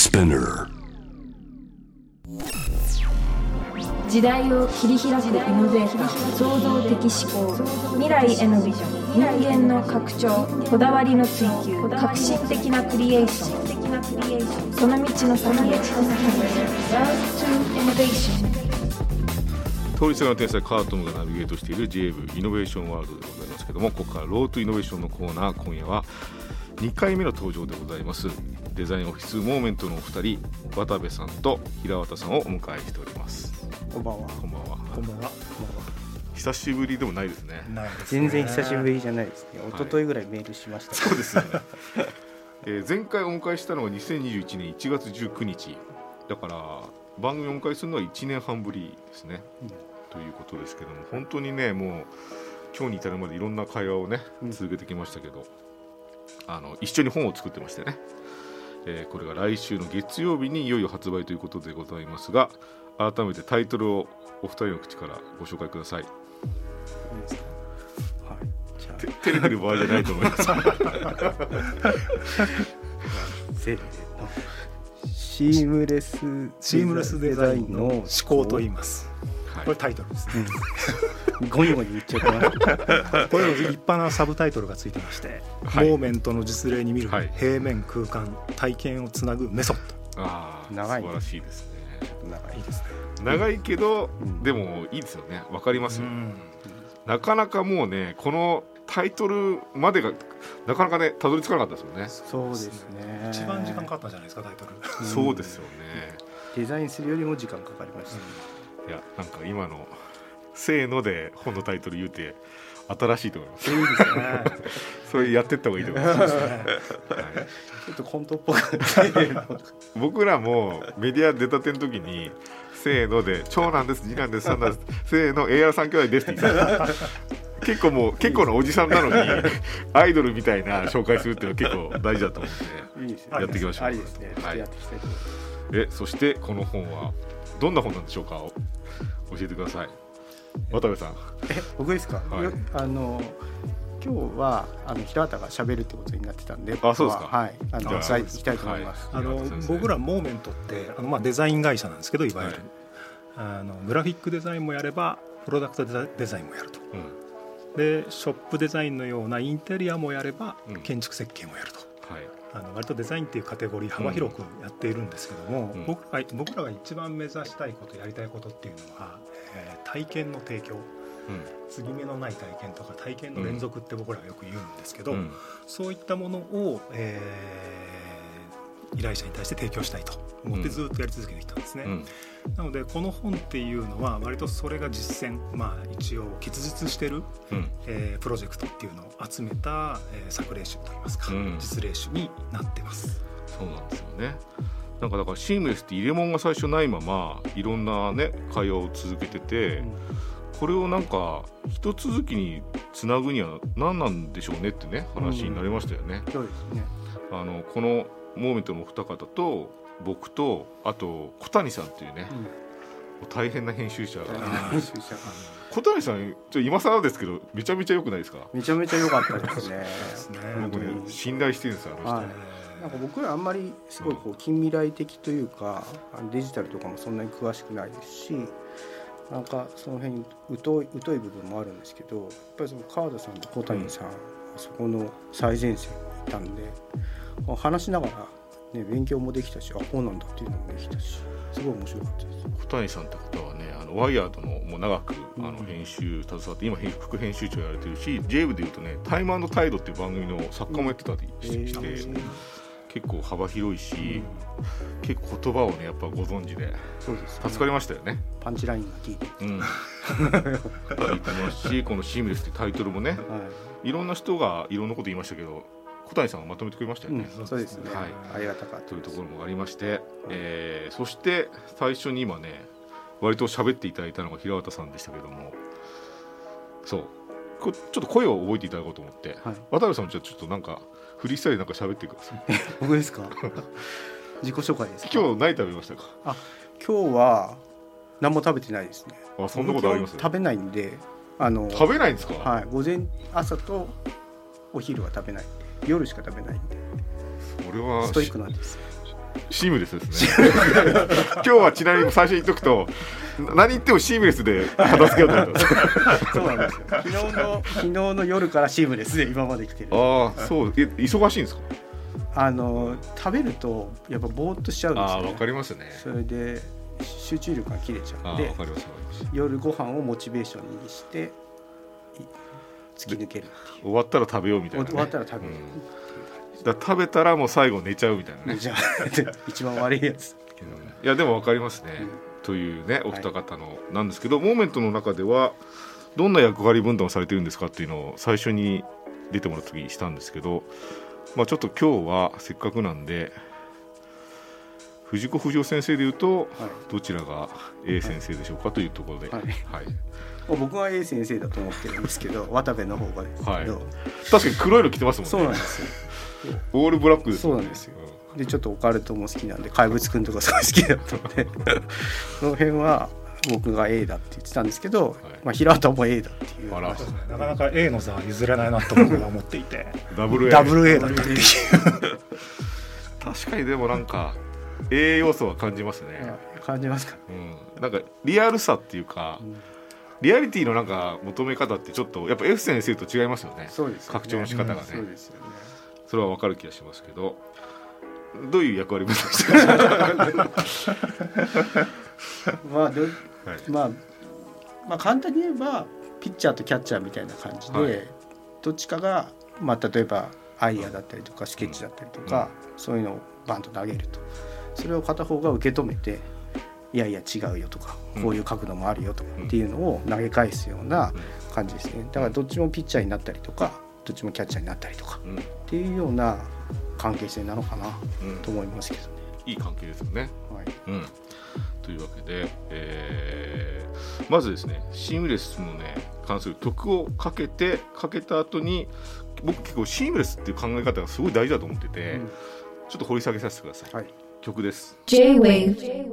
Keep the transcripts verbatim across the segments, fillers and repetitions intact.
Spinner。 時代を切り開くイノベーター、創造的思考、未来へのビジョン、人間の拡張、こだわりの追求、革新的なクリエーション、その道の先へ Love to Innovation。 通りすがりの天才カートムがナビゲートしている ジェイエーブ イノベーションワールドでございますけども、ここからロートイノベーションのコーナー、今夜はにかいめの登場でございます。デザインオフィスモーメントのお二人、渡部さんと平綿さんをお迎えしております。 こんばんは。 こんばんは。 こんばんは。 久しぶりでもないですね。 ないですね。全然久しぶりじゃないですね。一昨日ぐらいメールしました、 はい、そうですよね、えー、前回お迎えしたのがにせんにじゅういちねんいちがつじゅうくにちだから、番組をお迎えするのはいちねんはんぶりですね、うん、ということですけども、本当にね、もう今日に至るまでいろんな会話をね続けてきましたけど、うん、あの一緒に本を作ってましてね、えー、これが来週の月曜日にいよいよ発売ということでございますが、改めてタイトルをお二人の口からご紹介ください。いいですか？はい、じゃあテレビの場合じゃないと思いますせーの、シームレスシームレスデザインの思考と言います、はい、これタイトルですね、 うん、ゴニゴニ言っちゃうかなこれの立派なサブタイトルがついてまして、はい、モーメントの実例に見る、はい、平面空間体験をつなぐメソッド。 ああ、長い、素晴らしいですね。 長いですね。 長いけど、うん、でもいいですよね。わかりますよ、うん、なかなかもうね、このタイトルまでがなかなかねたどり着かなかったですよね。 そうですね。 一番時間かかったんじゃないですか、タイトル、 うん、そうですよね。 デザインするよりも時間かかりました、 うん、いや、なんか今のせーので本のタイトル言うて新しいと思います。 いいですねそれやってった方がいいと思います、ね、はい、 ちょっとコントっぽく僕らもメディア出たての時にせーので長男です、次男です、三男です、せーの エーアール 三兄弟ですって言った結構もう結構なおじさんなのにアイドルみたいな紹介するっていうのは結構大事だと思うんで、いいですね、やっていきましょう。 ありですね、はい、やっていきたいと思います。 えそしてこの本はどんな本なんでしょうか、教えてください。渡部さん。 え僕ですか、はい、あの今日はあの平畑が喋るってことになってたんで、 あ、そうですか、 はい、あの伝えていきたいと思います。 はい、あの僕らモーメントってあの、まあ、デザイン会社なんですけど、いわゆる、はい、あのグラフィックデザインもやればプロダクトデザインもやると、うん、でショップデザインのようなインテリアもやれば、うん、建築設計もやると、はい、あの割とデザインっていうカテゴリー幅広くやっているんですけども、うん、僕らが、僕らが一番目指したいこと、やりたいことっていうのは、えー、体験の提供、うん、継ぎ目のない体験とか体験の連続って僕らはよく言うんですけど、うん、そういったものを、えー、依頼者に対して提供したいと思ってずっとやり続けてきたんですね、うん、なのでこの本っていうのは割とそれが実践、まあ、一応結実してる、うんえー、プロジェクトっていうのを集めた、えー、作例集といいますか、うん、実例集になってます。 そうなんですよね。なんかだからシームレスって入れ物が最初ないままいろんなね会話を続けてて、うん、これをなんか一続きにつなぐには何なんでしょうねってね話になりましたよね、 うん、そうですね。あのこのモーメントのお二方と僕とあと小谷さんっていうね、うん、大変な編集者が小谷さんちょ今更ですけどめちゃめちゃ良くないですか？ めちゃめちゃ良かったですね僕ね信頼してるんですよ、あの人、はい、 なんか僕らあんまりすごいこう近未来的というか、うん、デジタルとかもそんなに詳しくないですし、なんかその辺に疎い、疎い部分もあるんですけど、やっぱりその川田さんと小谷さん、うん、そこの最前線にいたんで、話しながら、ね、勉強もできたし、あ、こうなんだっていうのもできたし、すごい面白かったです。 小谷さんって方はね、あのワイヤードのもう長くあの編集携わって、今副編集長やられてるし、 ジェイエーブ でいうとねタイム&タイドっていう番組の作家もやってたりして、うんえー、結構幅広いし、うん、結構言葉をねやっぱご存知で、そうですね、助かりましたよね。 パンチラインが効いてる、うん、 聞いてますし、このシームレスってタイトルもね、はい、いろんな人がいろんなこと言いましたけど、小谷さんがまとめてくれましたよね、 うん、そうですね、はい、ありがたかったというところもありまして、えー、そして最初に今ね割と喋っていただいたのが平畑さんでしたけども、そうこちょっと声を覚えていただこうと思って、はい、渡辺さんもじゃあちょっとなんかフリースタイルなんか喋ってください僕ですか自己紹介ですか。 今日何食べましたか。 あ、今日は何も食べてないですね。 あ、そんなことあります？ 食べないんで、あの食べないんですか。 はい、午前朝とお昼は食べないんで、夜しか食べないんで、 それはストイックなんです。 シームレスですね今日はちなみに最初に言っとくと何言ってもシームレスで片付けようと思ったんですそうなんですよ。昨日の昨日の夜からシームレスで今まで来てる。 ああそうえ忙しいんですか。 あの食べるとやっぱぼーっとしちゃうんですよね。 ああわかりますね。 それで集中力が切れちゃうんで、 あわかりますわかります。 夜ご飯をモチベーションにして突き抜けるっていう。 終わったら食べようみたいな、ね、 終わったら食べる、 うん、だ食べたらもう最後寝ちゃうみたいなね。 じゃあ一番悪いやつ。 いやでもわかりますね、うん、というねお二方のなんですけど、はい、モーメントの中ではどんな役割分担をされてるんですかっていうのを最初に出てもらった時にしたんですけど、まあ、ちょっと今日はせっかくなんで藤子不二雄先生でいうと、はい、どちらが A 先生でしょうかというところで、はいはい、 僕は A 先生だと思ってるんですけど渡部の方がですけど、はい、 確かに黒いの着てますもんね。 そうなんですよオールブラックですもんね。そうなんですよ。でちょっとオカルトも好きなんで怪物くんとかすごい好きだったのでその辺は僕が A だって言ってたんですけど、はいまあ、平畑も A だっていう、 なかなか A の座は譲れないなと僕は思っていてダブル A ダブル A だっていう確かにでもなんか A 要素は感じますね。 感じますか、 うん、なんかリアルさっていうか、うん、リアリティのなんか求め方ってちょっとやっぱ F 先生と違いますよね。 そうですよね、 拡張の仕方がね、うん、 そうですよね。 それは分かる気がしますけど、どういう役割分担してるんですかまあ、はいまあ、まあ簡単に言えばピッチャーとキャッチャーみたいな感じで、はい、どっちかが、まあ、例えばアイデアだったりとかスケッチだったりとか、うん、そういうのをバンと投げると、それを片方が受け止めていやいや違うよとか、うん、こういう角度もあるよとかっていうのを投げ返すような感じですね。だからどっちもピッチャーになったりとかどっちもキャッチャーになったりとか、うん、っていうような関係性なのかなと思いますけどね、 うん、いい関係ですよね、 はいうん、 というわけで、えー、まずですねシームレスのね関する曲をかけてかけた後に僕結構シームレスっていう考え方がすごい大事だと思ってて、うん、ちょっと掘り下げさせてください、はい、曲です。 J-Wave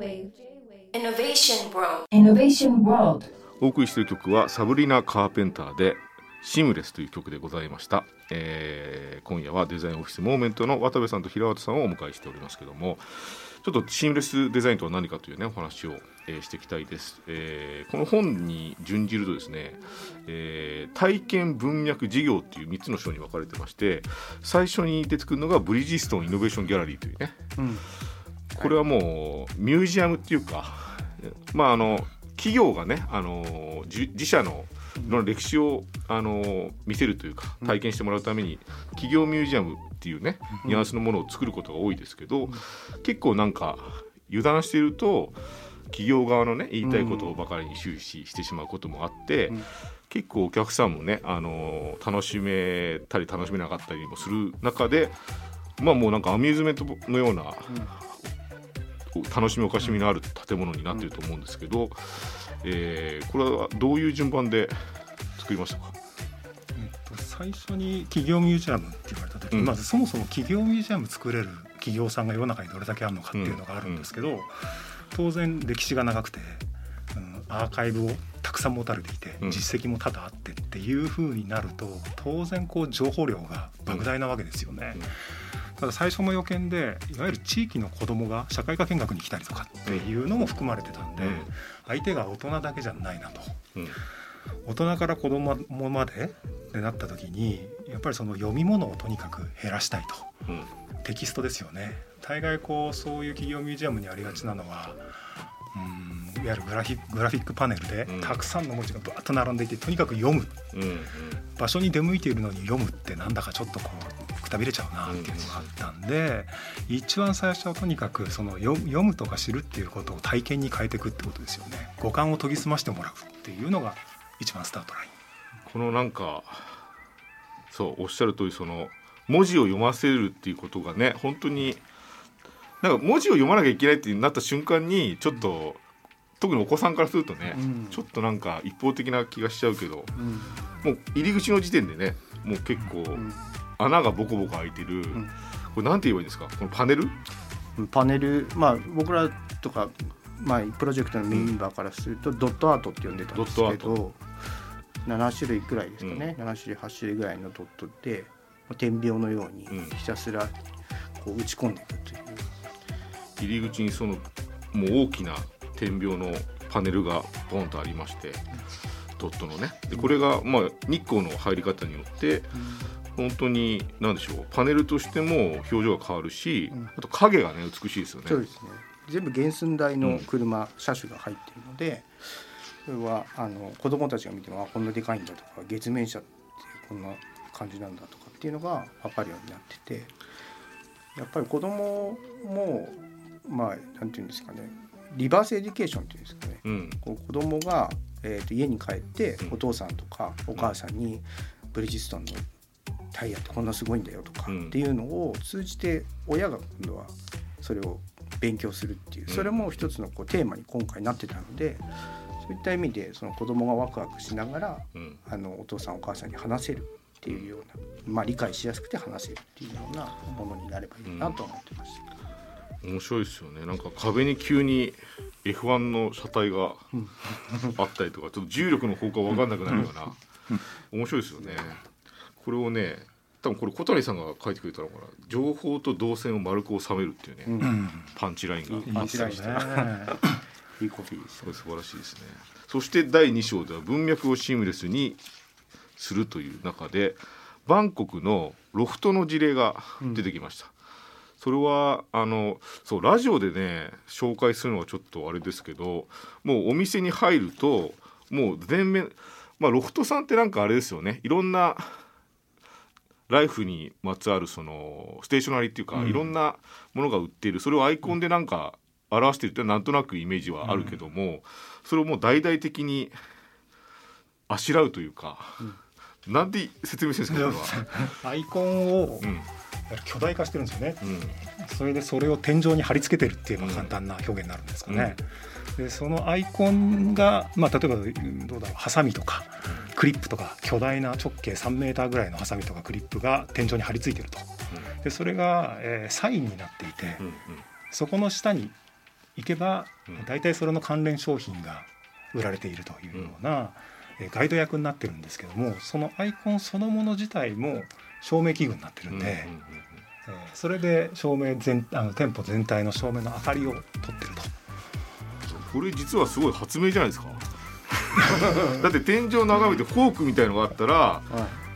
Innovation World Innovation World お送りしている曲はサブリナ・カーペンターでシームレスという曲でございました、えー、今夜はデザインオフィスモーメントの渡部さんと平畑さんをお迎えしておりますけども、ちょっとシームレスデザインとは何かというねお話を、えー、していきたいです、えー、この本に準じるとですね、えー、体験文脈事業っていうみっつの章に分かれてまして、最初に出てくるのがブリヂストンイノベーションギャラリーというね、うん、これはもうミュージアムっていうか、まああの企業がねあの自社のの歴史をあの見せるというか体験してもらうために企業ミュージアムっていうねニュアンスのものを作ることが多いですけど、結構なんか油断していると企業側のね言いたいことばかりに終始してしまうこともあって、結構お客さんもねあの楽しめたり楽しめなかったりもする中で、まあもうなんかアミューズメントのような楽しみおかしみのある建物になっていると思うんですけど、えー、これはどういう順番で作りましたか。 えっと、最初に企業ミュージアムって言われた時に、うん、まずそもそも企業ミュージアム作れる企業さんが世の中にどれだけあるのかっていうのがあるんですけど、うんうん、当然歴史が長くて、うん、アーカイブをたくさん持たれていて、うん、実績も多々あってっていう風になると当然こう情報量が莫大なわけですよね、うんうん。ただ最初の予見でいわゆる地域の子どもが社会科見学に来たりとかっていうのも含まれてたんで、うん、相手が大人だけじゃないなと、うん、大人から子どもまでってなった時にやっぱりその読み物をとにかく減らしたいと、うん、テキストですよね。大概こうそういう企業ミュージアムにありがちなのは、うん、いわゆるグラフィック、グラフィックパネルでたくさんの文字がバーッと並んでいてとにかく読む、うんうん、場所に出向いているのに読むってなんだかちょっとこうくたびれちゃうなっていうのがあったんで、一番最初はとにかくその読むとか知るっていうことを体験に変えていくってことですよね。五感を研ぎ澄ましてもらうっていうのが一番スタートライン。 このなんかそうおっしゃる通りその文字を読ませるっていうことがね本当になんか文字を読まなきゃいけないってなった瞬間にちょっと、うん、特にお子さんからするとね、うん、ちょっとなんか一方的な気がしちゃうけど、うん、もう入り口の時点でねもう結構、うん穴がボコボコ開いてる、うん、これなんて言えばいいんですかこのパネルパネル、まあ僕らとか、まあ、プロジェクトのメンバーからすると、うん、ドットアートって呼んでたんですけどなな種類くらいですかね、うん、なな種類はち種類ぐらいのドットで点描のようにひたすらこう打ち込んでいくという入り口にそのもう大きな点描のパネルがボンとありまして、ドットのね、でこれがまあ日光の入り方によって本当に何でしょう、パネルとしても表情が変わるし、あと影がね美しいですよね。 そうですね、全部原寸大の車、うん、車種が入っているので、それはあの子供たちが見てもあこんなでかいんだとか、月面車ってこんな感じなんだとかっていうのが分かるようになってて、やっぱり子供もまあなんていうんですかね、リバースエデュケーションっていうんですかね、うん、こう子供が、えー、と家に帰ってお父さんとかお母さんにブリヂストンのタイヤってこんなすごいんだよとかっていうのを通じて親が今度はそれを勉強するっていう、それも一つのこうテーマに今回なってたので、そういった意味でその子供がワクワクしながら、うん、あのお父さんお母さんに話せるっていうような、まあ、理解しやすくて話せるっていうようなものになればいいなと思ってました、 うん、面白いですよね。なんか壁に急に エフワン の車体があったりとか、ちょっと重力の方向が分かんなくなるような面白いですよね。これをね、多分これ小谷さんが書いてくれたのかな、情報と動線を丸く収めるっていうね、うん、パンチラインがあったりして、 いいコピーです、 ね、素晴らしいですね。そしてだいに章では文脈をシームレスにするという中で、バンコクのロフトの事例が出てきました、うん、それはあのそうラジオでね紹介するのはちょっとあれですけど、もうお店に入るともう全面、まあ、ロフトさんってなんかあれですよね、いろんなライフにまつわるそのステーショナリーっていうか、うん、いろんなものが売っている、それをアイコンでなんか表してるってなんとなくイメージはあるけども、うん、それをもう大々的にあしらうというか、うん、なんて説明してるんですかこれは。 アイコンを巨大化してるんですよね、うん、それでそれを天井に貼り付けてるっていうのが簡単な表現になるんですかね、うん、でそのアイコンが、まあ、例えばどうだろう、ハサミとかクリップとか巨大な直径さんメーターぐらいのハサミとかクリップが天井に貼り付いてると、うん、でそれが、えー、サインになっていて、うんうん、そこの下に行けば、うん、大体それの関連商品が売られているというような、うんえー、ガイド役になってるんですけども、そのアイコンそのもの自体も照明器具になってるんで、うんうんうんうんえー、それで照明全あの店舗全体の照明の明かりを取ってると。 これ実はすごい発明じゃないですかだって天井眺めてフォークみたいのがあったら、はい、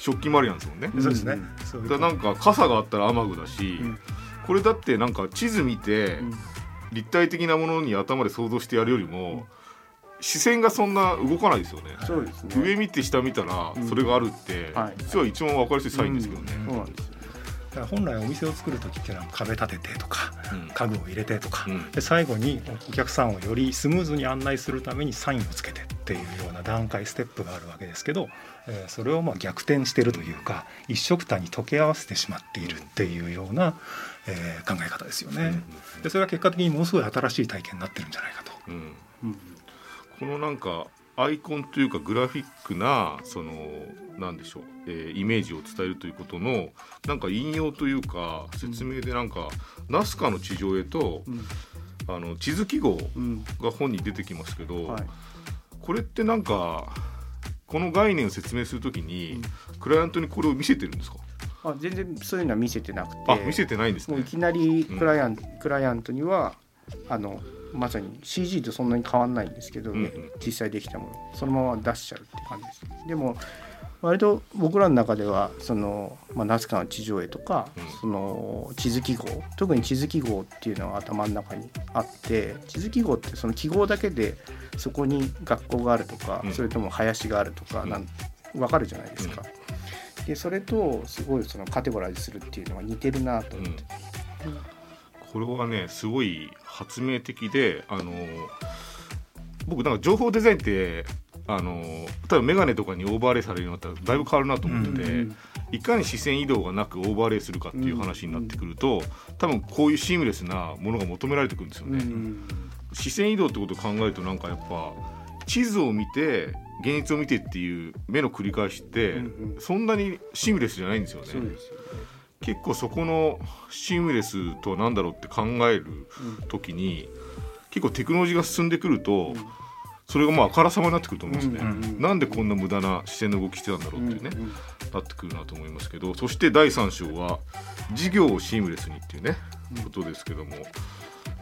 食器周りなんですもんね。 そうですね、 うん、だなんか傘があったら雨具だし、うん、これだってなんか地図見て、うん、立体的なものに頭で想像してやるよりも、うん、視線がそんな動かないですよね。 そうですね、 上見て下見たらそれがあるって、うんはい、実は一番分かりやすいサインですけどね、うんうん、そうなんですよ。 だから本来お店を作るときっていうのは壁立ててとか、うん、家具を入れてとか、うん、で最後にお客さんをよりスムーズに案内するためにサインをつけてっていうような段階ステップがあるわけですけど、えー、それをまあ逆転しているというか一緒くたに溶け合わせてしまっているっていうような、えー、考え方ですよね。でそれが結果的にものすごい新しい体験になってるんじゃないかと、うんうん、 このなんかアイコンというかグラフィックなそのなんでしょう、えー、イメージを伝えるということのなんか引用というか説明でなんか、うん、ナスカの地上絵と、うん、あの地図記号が本に出てきますけど、うんはい、これってなんかこの概念を説明するときに、うん、クライアントにこれを見せてるんですか？ あ全然そういうのは見せてなくて、 あ見せてないんですね。 もういきなりクライアント、うん、クライアントにはあのまさに シージー とそんなに変わんないんですけど、ねうんうん、実際できたものそのまま出しちゃうって感じです。でも割と僕らの中ではその、まあ、ナスカの地上絵とか、うん、その地図記号、特に地図記号っていうのは頭の中にあって、地図記号ってその記号だけでそこに学校があるとか、うん、それとも林があるとかなん分かるじゃないですか、うん、でそれとすごいそのカテゴライズするっていうのが似てるなと思って、うんこれはねすごい発明的で、あの僕なんか情報デザインってあの多分メガネとかにオーバーレイされるようになったらだいぶ変わるなと思ってて、うんうん、いかに視線移動がなくオーバーレイするかっていう話になってくると、多分こういうシームレスなものが求められてくるんですよね、うんうん、視線移動ってことを考えるとなんかやっぱ地図を見て現実を見てっていう目の繰り返しって、うんうん、そんなにシームレスじゃないんですよね。 そうですよね。 結構そこのシームレスとは何だろうって考える時に、うん、結構テクノロジーが進んでくると、うん、それがまああからさまになってくると思うんですね、うんうん、なんでこんな無駄な視線の動きしてたんだろうっていうね、うんうん、なってくるなと思いますけど、そしてだいさん章は事業をシームレスにっていうね、うん、ことですけども、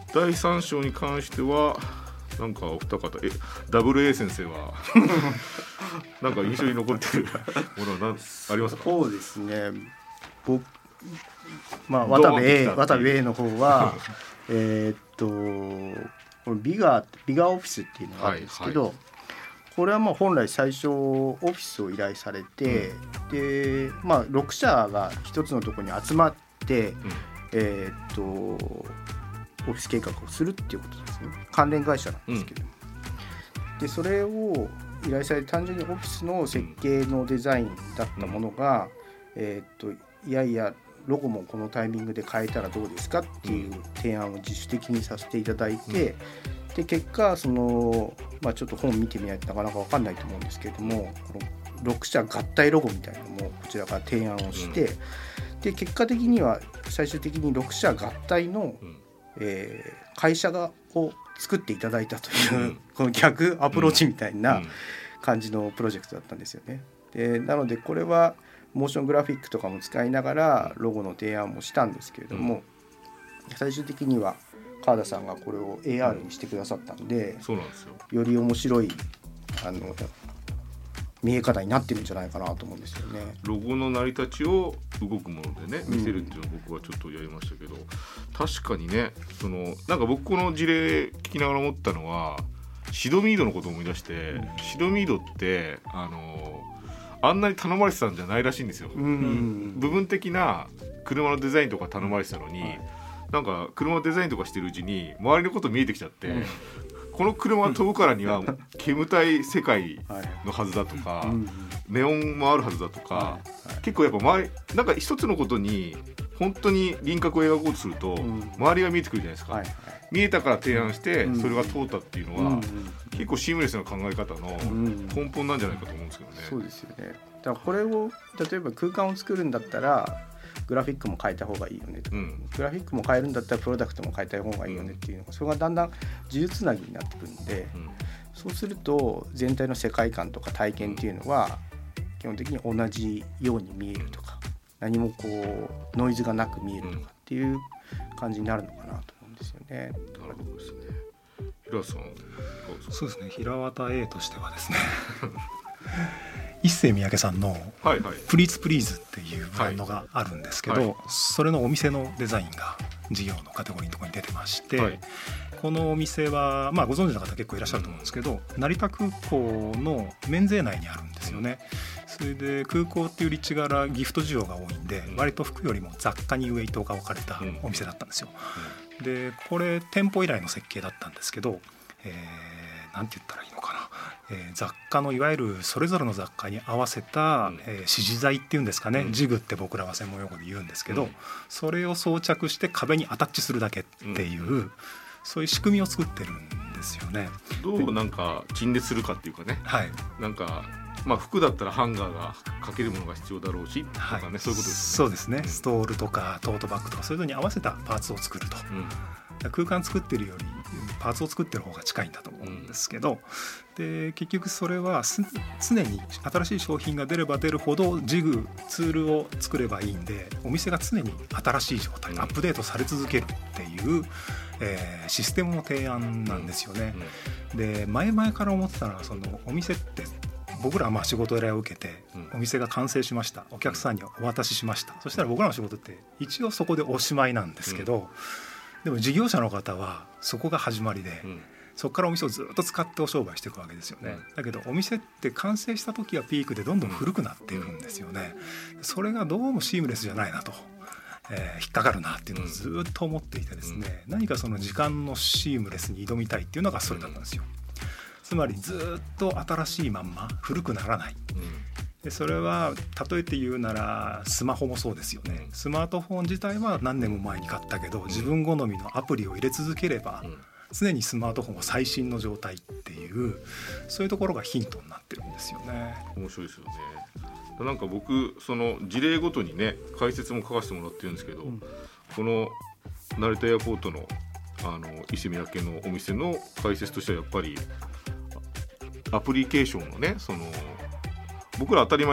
だいさん章に関してはなんかお二方え ダブルエー 先生はなんか印象に残ってるものは何ありますか？ そうですね、僕、まあ、渡部 A, 渡部 A の方はえっとこれビガービガーオフィスっていうのがあるんですけど、はいはい、これはまあ本来最初オフィスを依頼されて、うん、でまあろく社が一つのところに集まって、うん、えっとオフィス計画をするっていうことですね。関連会社なんですけど、うん、でそれを依頼されて単純にオフィスの設計のデザインだったものが、うん、えっといやいやロゴもこのタイミングで変えたらどうですかっていう提案を自主的にさせていただいて、うん、で結果その、まあ、ちょっと本見てみないとなかなか分かんないと思うんですけれども、このろく社合体ロゴみたいなのもこちらから提案をして、うん、で結果的には最終的にろく社合体の、うんえー、会社がを作っていただいたという、うん、この逆アプローチみたいな感じのプロジェクトだったんですよね。でなのでこれはモーショングラフィックとかも使いながらロゴの提案もしたんですけれども、うん、最終的には川田さんがこれを エーアール にしてくださったんで、 うん、そうなんですよ。 より面白いあの見え方になってるんじゃないかなと思うんですよね。 ロゴの成り立ちを動くものでね見せるっていうのを僕はちょっとやりましたけど、うん、確かにねそのなんか僕この事例聞きながら思ったのはシドミードのことを思い出して、うん、シドミードってあのあんなに頼まれてたんじゃないらしいんですよ、うん、部分的な車のデザインとか頼まれてたのに、はい、なんか車のデザインとかしてるうちに周りのこと見えてきちゃって、うん、この車飛ぶからには煙たい世界のはずだとか、はい、ネオンもあるはずだとか、はいはい、結構やっぱ周りなんか一つのことに本当に輪郭を描こうとすると、うん、周りが見えてくるじゃないですか、はいはい、見えたから提案してそれが通ったっていうのは、うん、結構シームレスな考え方の根本なんじゃないかと思うんですけどね、 うん、そうですよね。だからこれを例えば空間を作るんだったらグラフィックも変えた方がいいよねとか、うん、グラフィックも変えるんだったらプロダクトも変えた方がいいよねっていうのが、それがだんだん呪術つなぎになってくるんで、うん、そうすると全体の世界観とか体験っていうのは基本的に同じように見えるとか、何もこうノイズがなく見えるとかっていう感じになるのかなと思うんですよね。 なるほどですね。平さん、 そうですね。平綿 A としてはですね一世三宅さんのプリーツプリーズっていうブランドがあるんですけど、はいはい、それのお店のデザインが事業のカテゴリーのところに出てまして、はい、このお店は、まあ、ご存知の方結構いらっしゃると思うんですけど、成田空港の免税内にあるんですよね。それで空港っていう立地柄ギフト需要が多いんで、割と服よりも雑貨にウェイトが置かれたお店だったんですよ。でこれ店舗以来の設計だったんですけど、えー、なんて言ったらいいのかな、えー、雑貨のいわゆるそれぞれの雑貨に合わせた、うんえー、指示剤っていうんですかね、うん、ジグって僕らは専門用語で言うんですけど、うん、それを装着して壁にアタッチするだけっていう、うん、そういう仕組みを作ってるんですよね。 どうなんか陳列するかっていうかね、はい、なんかまあ、服だったらハンガーがかけるものが必要だろうしとかね、はい、そういうことですね。 そうですね、うん、ストールとかトートバッグとかそういうのに合わせたパーツを作ると、うん、空間作ってるよりパーツを作ってる方が近いんだと思うんですけど、うん、で結局それは常に新しい商品が出れば出るほどジグツールを作ればいいんで、お店が常に新しい状態、うん、アップデートされ続けるっていう、えー、システムの提案なんですよね、うんうん、で前々から思ってたのは、そのお店って僕らはまあ仕事依頼を受けて、お店が完成しました、お客さんにお渡ししました、そしたら僕らの仕事って一応そこでおしまいなんですけど、うん、でも事業者の方はそこが始まりで、うん、そこからお店をずっと使ってお商売していくわけですよね、うん、だけどお店って完成した時はピークでどんどん古くなっていくんですよね。それがどうもシームレスじゃないなと、えー、引っかかるなっていうのをずっと思っていてですね、うん、何かその時間のシームレスに挑みたいっていうのがそれだったんですよ。つまりずっと新しいまんま古くならない、うん、でそれは例えて言うならスマホもそうですよね、うん、スマートフォン自体は何年も前に買ったけど、うん、自分好みのアプリを入れ続ければ、うん、常にスマートフォンは最新の状態っていう、そういうところがヒントになってるんですよね。 面白いですよね。なんか僕その事例ごとにね解説も書かせてもらってるんですけど、うん、この成田エアポートのあの伊勢三宅のお店の解説としてはやっぱりアプリケーションのね、その僕ら当たり前に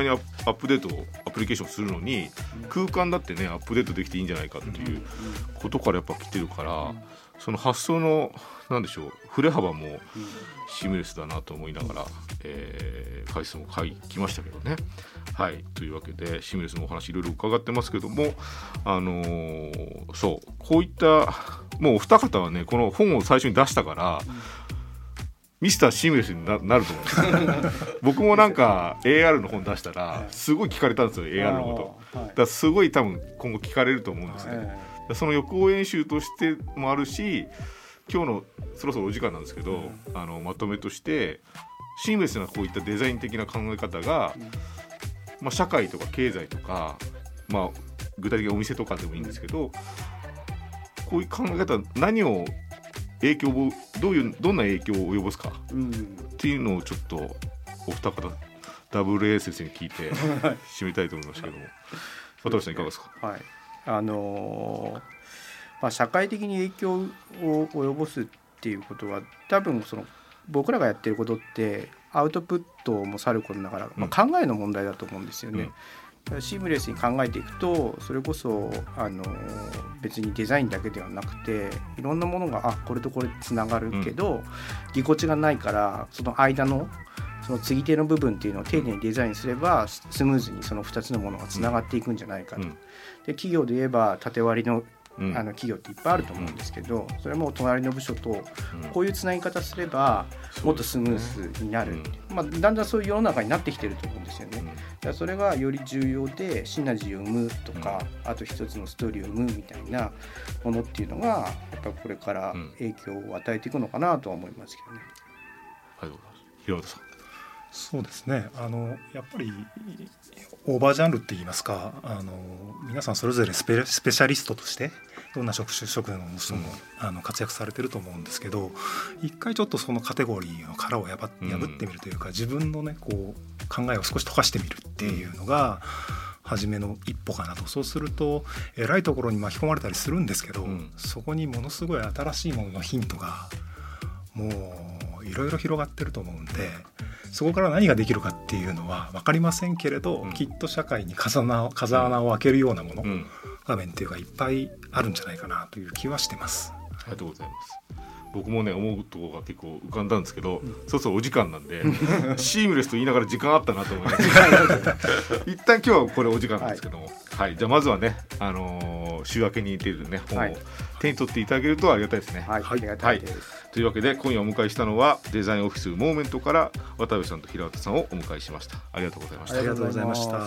アップデートをアプリケーションするのに空間だってねアップデートできていいんじゃないかっていうことからやっぱ来てるから、その発想のなんでしょう振れ幅もシームレスだなと思いながら、えー、回数も書きましたけどね。はい、というわけでシームレスのお話いろいろ伺ってますけども、あのー、そうこういったもうお二方はねこの本を最初に出したから、うん、ミスターシームレスに な, なると思うんですよ僕もなんか エーアール の本出したらすごい聞かれたんですよ エーアール のこと、はい、だからすごい多分今後聞かれると思うんですね、はい、その予行演習としてもあるし、今日のそろそろお時間なんですけど、うん、あのまとめとしてシームレスなこういったデザイン的な考え方が、うんまあ、社会とか経済とか、まあ、具体的にお店とかでもいいんですけど、こういう考え方何を影響をどういうどんな影響を及ぼすか、うん、っていうのをちょっとお二方 ダブリューエー 先生に聞いて締めたいと思いますけども渡辺さんいかがですか。 はい、あのーまあ、社会的に影響を及ぼすっていうことは多分その僕らがやってることってアウトプットもさることながら、まあ、考えの問題だと思うんですよね、うん、シームレスに考えていくとそれこそあの別にデザインだけではなくていろんなものがあこれとこれつながるけど、うん、ぎこちがないからその間のその継ぎ手の部分っていうのを丁寧にデザインすればスムーズにそのふたつのものがつながっていくんじゃないかと、うん、で企業で言えば縦割りのあの企業っていっぱいあると思うんですけど、それも隣の部署とこういうつなぎ方すればもっとスムーズになる、まあ、だんだんそういう世の中になってきてると思うんですよね。だからそれがより重要でシナジーを生むとか、あと一つのストーリーを生むみたいなものっていうのがやっぱこれから影響を与えていくのかなとは思いますけどね。 はい、平田さん。 そうですね、あのやっぱりオーバージャンルって言いますか、あの皆さんそれぞれスペ、スペシャリストとしてどんな職種職の人も、うん、あの活躍されてると思うんですけど、一回ちょっとそのカテゴリーの殻を破ってみるというか、うん、自分のねこう考えを少し溶かしてみるっていうのが初めの一歩かなと。そうするとえらいところに巻き込まれたりするんですけど、うん、そこにものすごい新しいもののヒントがもういろいろ広がってると思うんで、そこから何ができるかっていうのは分かりませんけれど、うん、きっと社会に風穴、風穴を開けるようなもの、うん、場面っていうのがいっぱいあるんじゃないかなという気はしてます。 ありがとうございます。僕もね思うところが結構浮かんだんですけど、うん、そろそろお時間なんでシームレスと言いながら時間あったなと思います一旦今日はこれお時間なんですけども、はいはい、じゃあまずはね、あのー、週明けに出るね本を手に取っていただけるとありがたいですね。 はい、はい、ありがたいです、はい、 というわけで今夜お迎えしたのはデザインオフィスモーメントから渡部さんと平畑さんをお迎えしました。ありがとうございました。 ありがとうございました。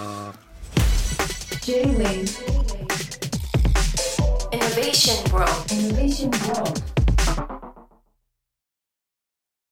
J-Wave Innovation World Innovation World